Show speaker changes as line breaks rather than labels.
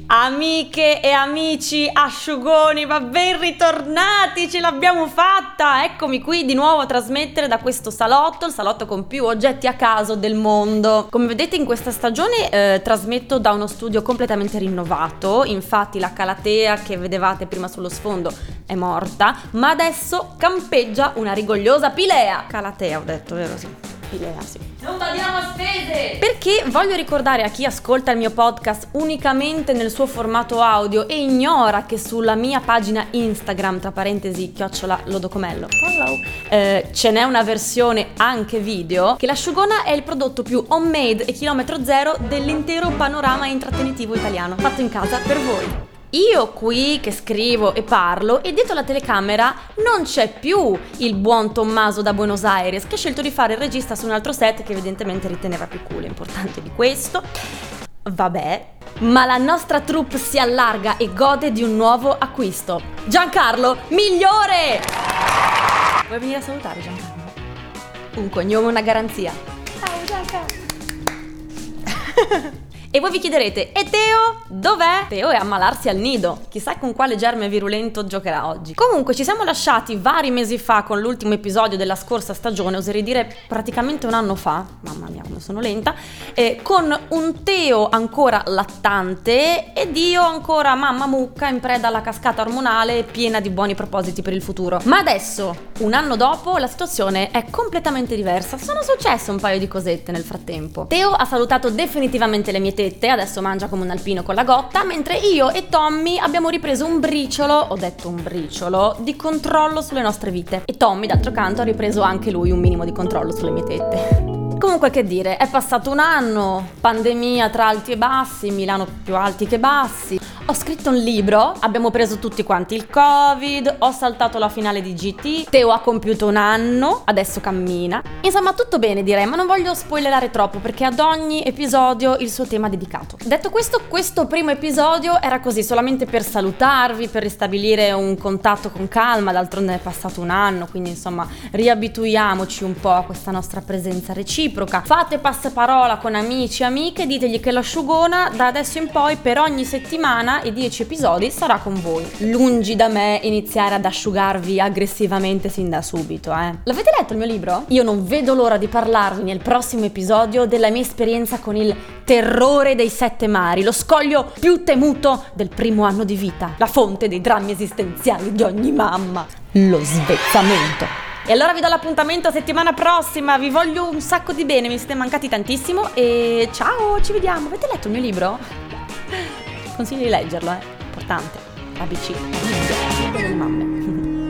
Amiche e amici asciugoni, ma ben ritornati, ce l'abbiamo fatta! Eccomi qui di nuovo a trasmettere da questo salotto, il salotto con più oggetti a caso del mondo. Come vedete in questa stagione trasmetto da uno studio completamente rinnovato, infatti la calatea che vedevate prima sullo sfondo è morta, ma adesso campeggia una rigogliosa pilea. Calatea ho detto, vero? Sì. Pilea, sì. Non badiamo a spese! Perché voglio ricordare a chi ascolta il mio podcast unicamente nel suo formato audio e ignora che sulla mia pagina Instagram, tra parentesi, @lodocomello, ce n'è una versione anche video, che l'asciugona è il prodotto più homemade e chilometro zero dell'intero panorama intrattenitivo italiano, fatto in casa per voi. Io qui che scrivo e parlo e dietro la telecamera non c'è più il buon Tommaso da Buenos Aires che ha scelto di fare il regista su un altro set che evidentemente riteneva più cool. Importante di questo, vabbè, ma la nostra troupe si allarga e gode di un nuovo acquisto. Giancarlo Migliore! Vuoi venire a salutare, Giancarlo? Un cognome, una garanzia. Ciao Giancarlo! E voi vi chiederete, e Teo? Dov'è? Teo è a ammalarsi al nido. Chissà con quale germe virulento giocherà oggi. Comunque ci siamo lasciati vari mesi fa con l'ultimo episodio della scorsa stagione, oserei dire praticamente un anno fa, mamma mia come sono lenta, con un Teo ancora lattante ed io ancora mamma mucca in preda alla cascata ormonale piena di buoni propositi per il futuro. Ma adesso, un anno dopo, la situazione è completamente diversa. Sono successe un paio di cosette nel frattempo. Teo ha salutato definitivamente le mie tette, adesso mangia come un alpino con la gotta, mentre io e Tommy abbiamo ripreso un briciolo, ho detto un briciolo, di controllo sulle nostre vite. E Tommy, d'altro canto, ha ripreso anche lui un minimo di controllo sulle mie tette. Comunque, che dire, è passato un anno, pandemia tra alti e bassi, Milano più alti che bassi. Ho scritto un libro, abbiamo preso tutti quanti il Covid, ho saltato la finale di GT, Teo ha compiuto un anno, adesso cammina. Insomma, tutto bene direi, ma non voglio spoilerare troppo perché ad ogni episodio il suo tema dedicato. Detto questo primo episodio era così, solamente per salutarvi, per ristabilire un contatto con calma, d'altronde è passato un anno, quindi insomma riabituiamoci un po' a questa nostra presenza reciproca. Fate passaparola con amici e amiche, ditegli che l'asciugona da adesso in poi per ogni settimana e 10 episodi sarà con voi. Lungi da me iniziare ad asciugarvi aggressivamente sin da subito, L'avete letto il mio libro? Io non vedo l'ora di parlarvi nel prossimo episodio della mia esperienza con il terrore dei 7 mari, lo scoglio più temuto del primo anno di vita, la fonte dei drammi esistenziali di ogni mamma, lo svezzamento. E allora vi do l'appuntamento a settimana prossima, vi voglio un sacco di bene, mi siete mancati tantissimo e ciao, ci vediamo. Avete letto il mio libro? Consiglio di leggerlo, importante. ABC, la Bibbia delle mamme.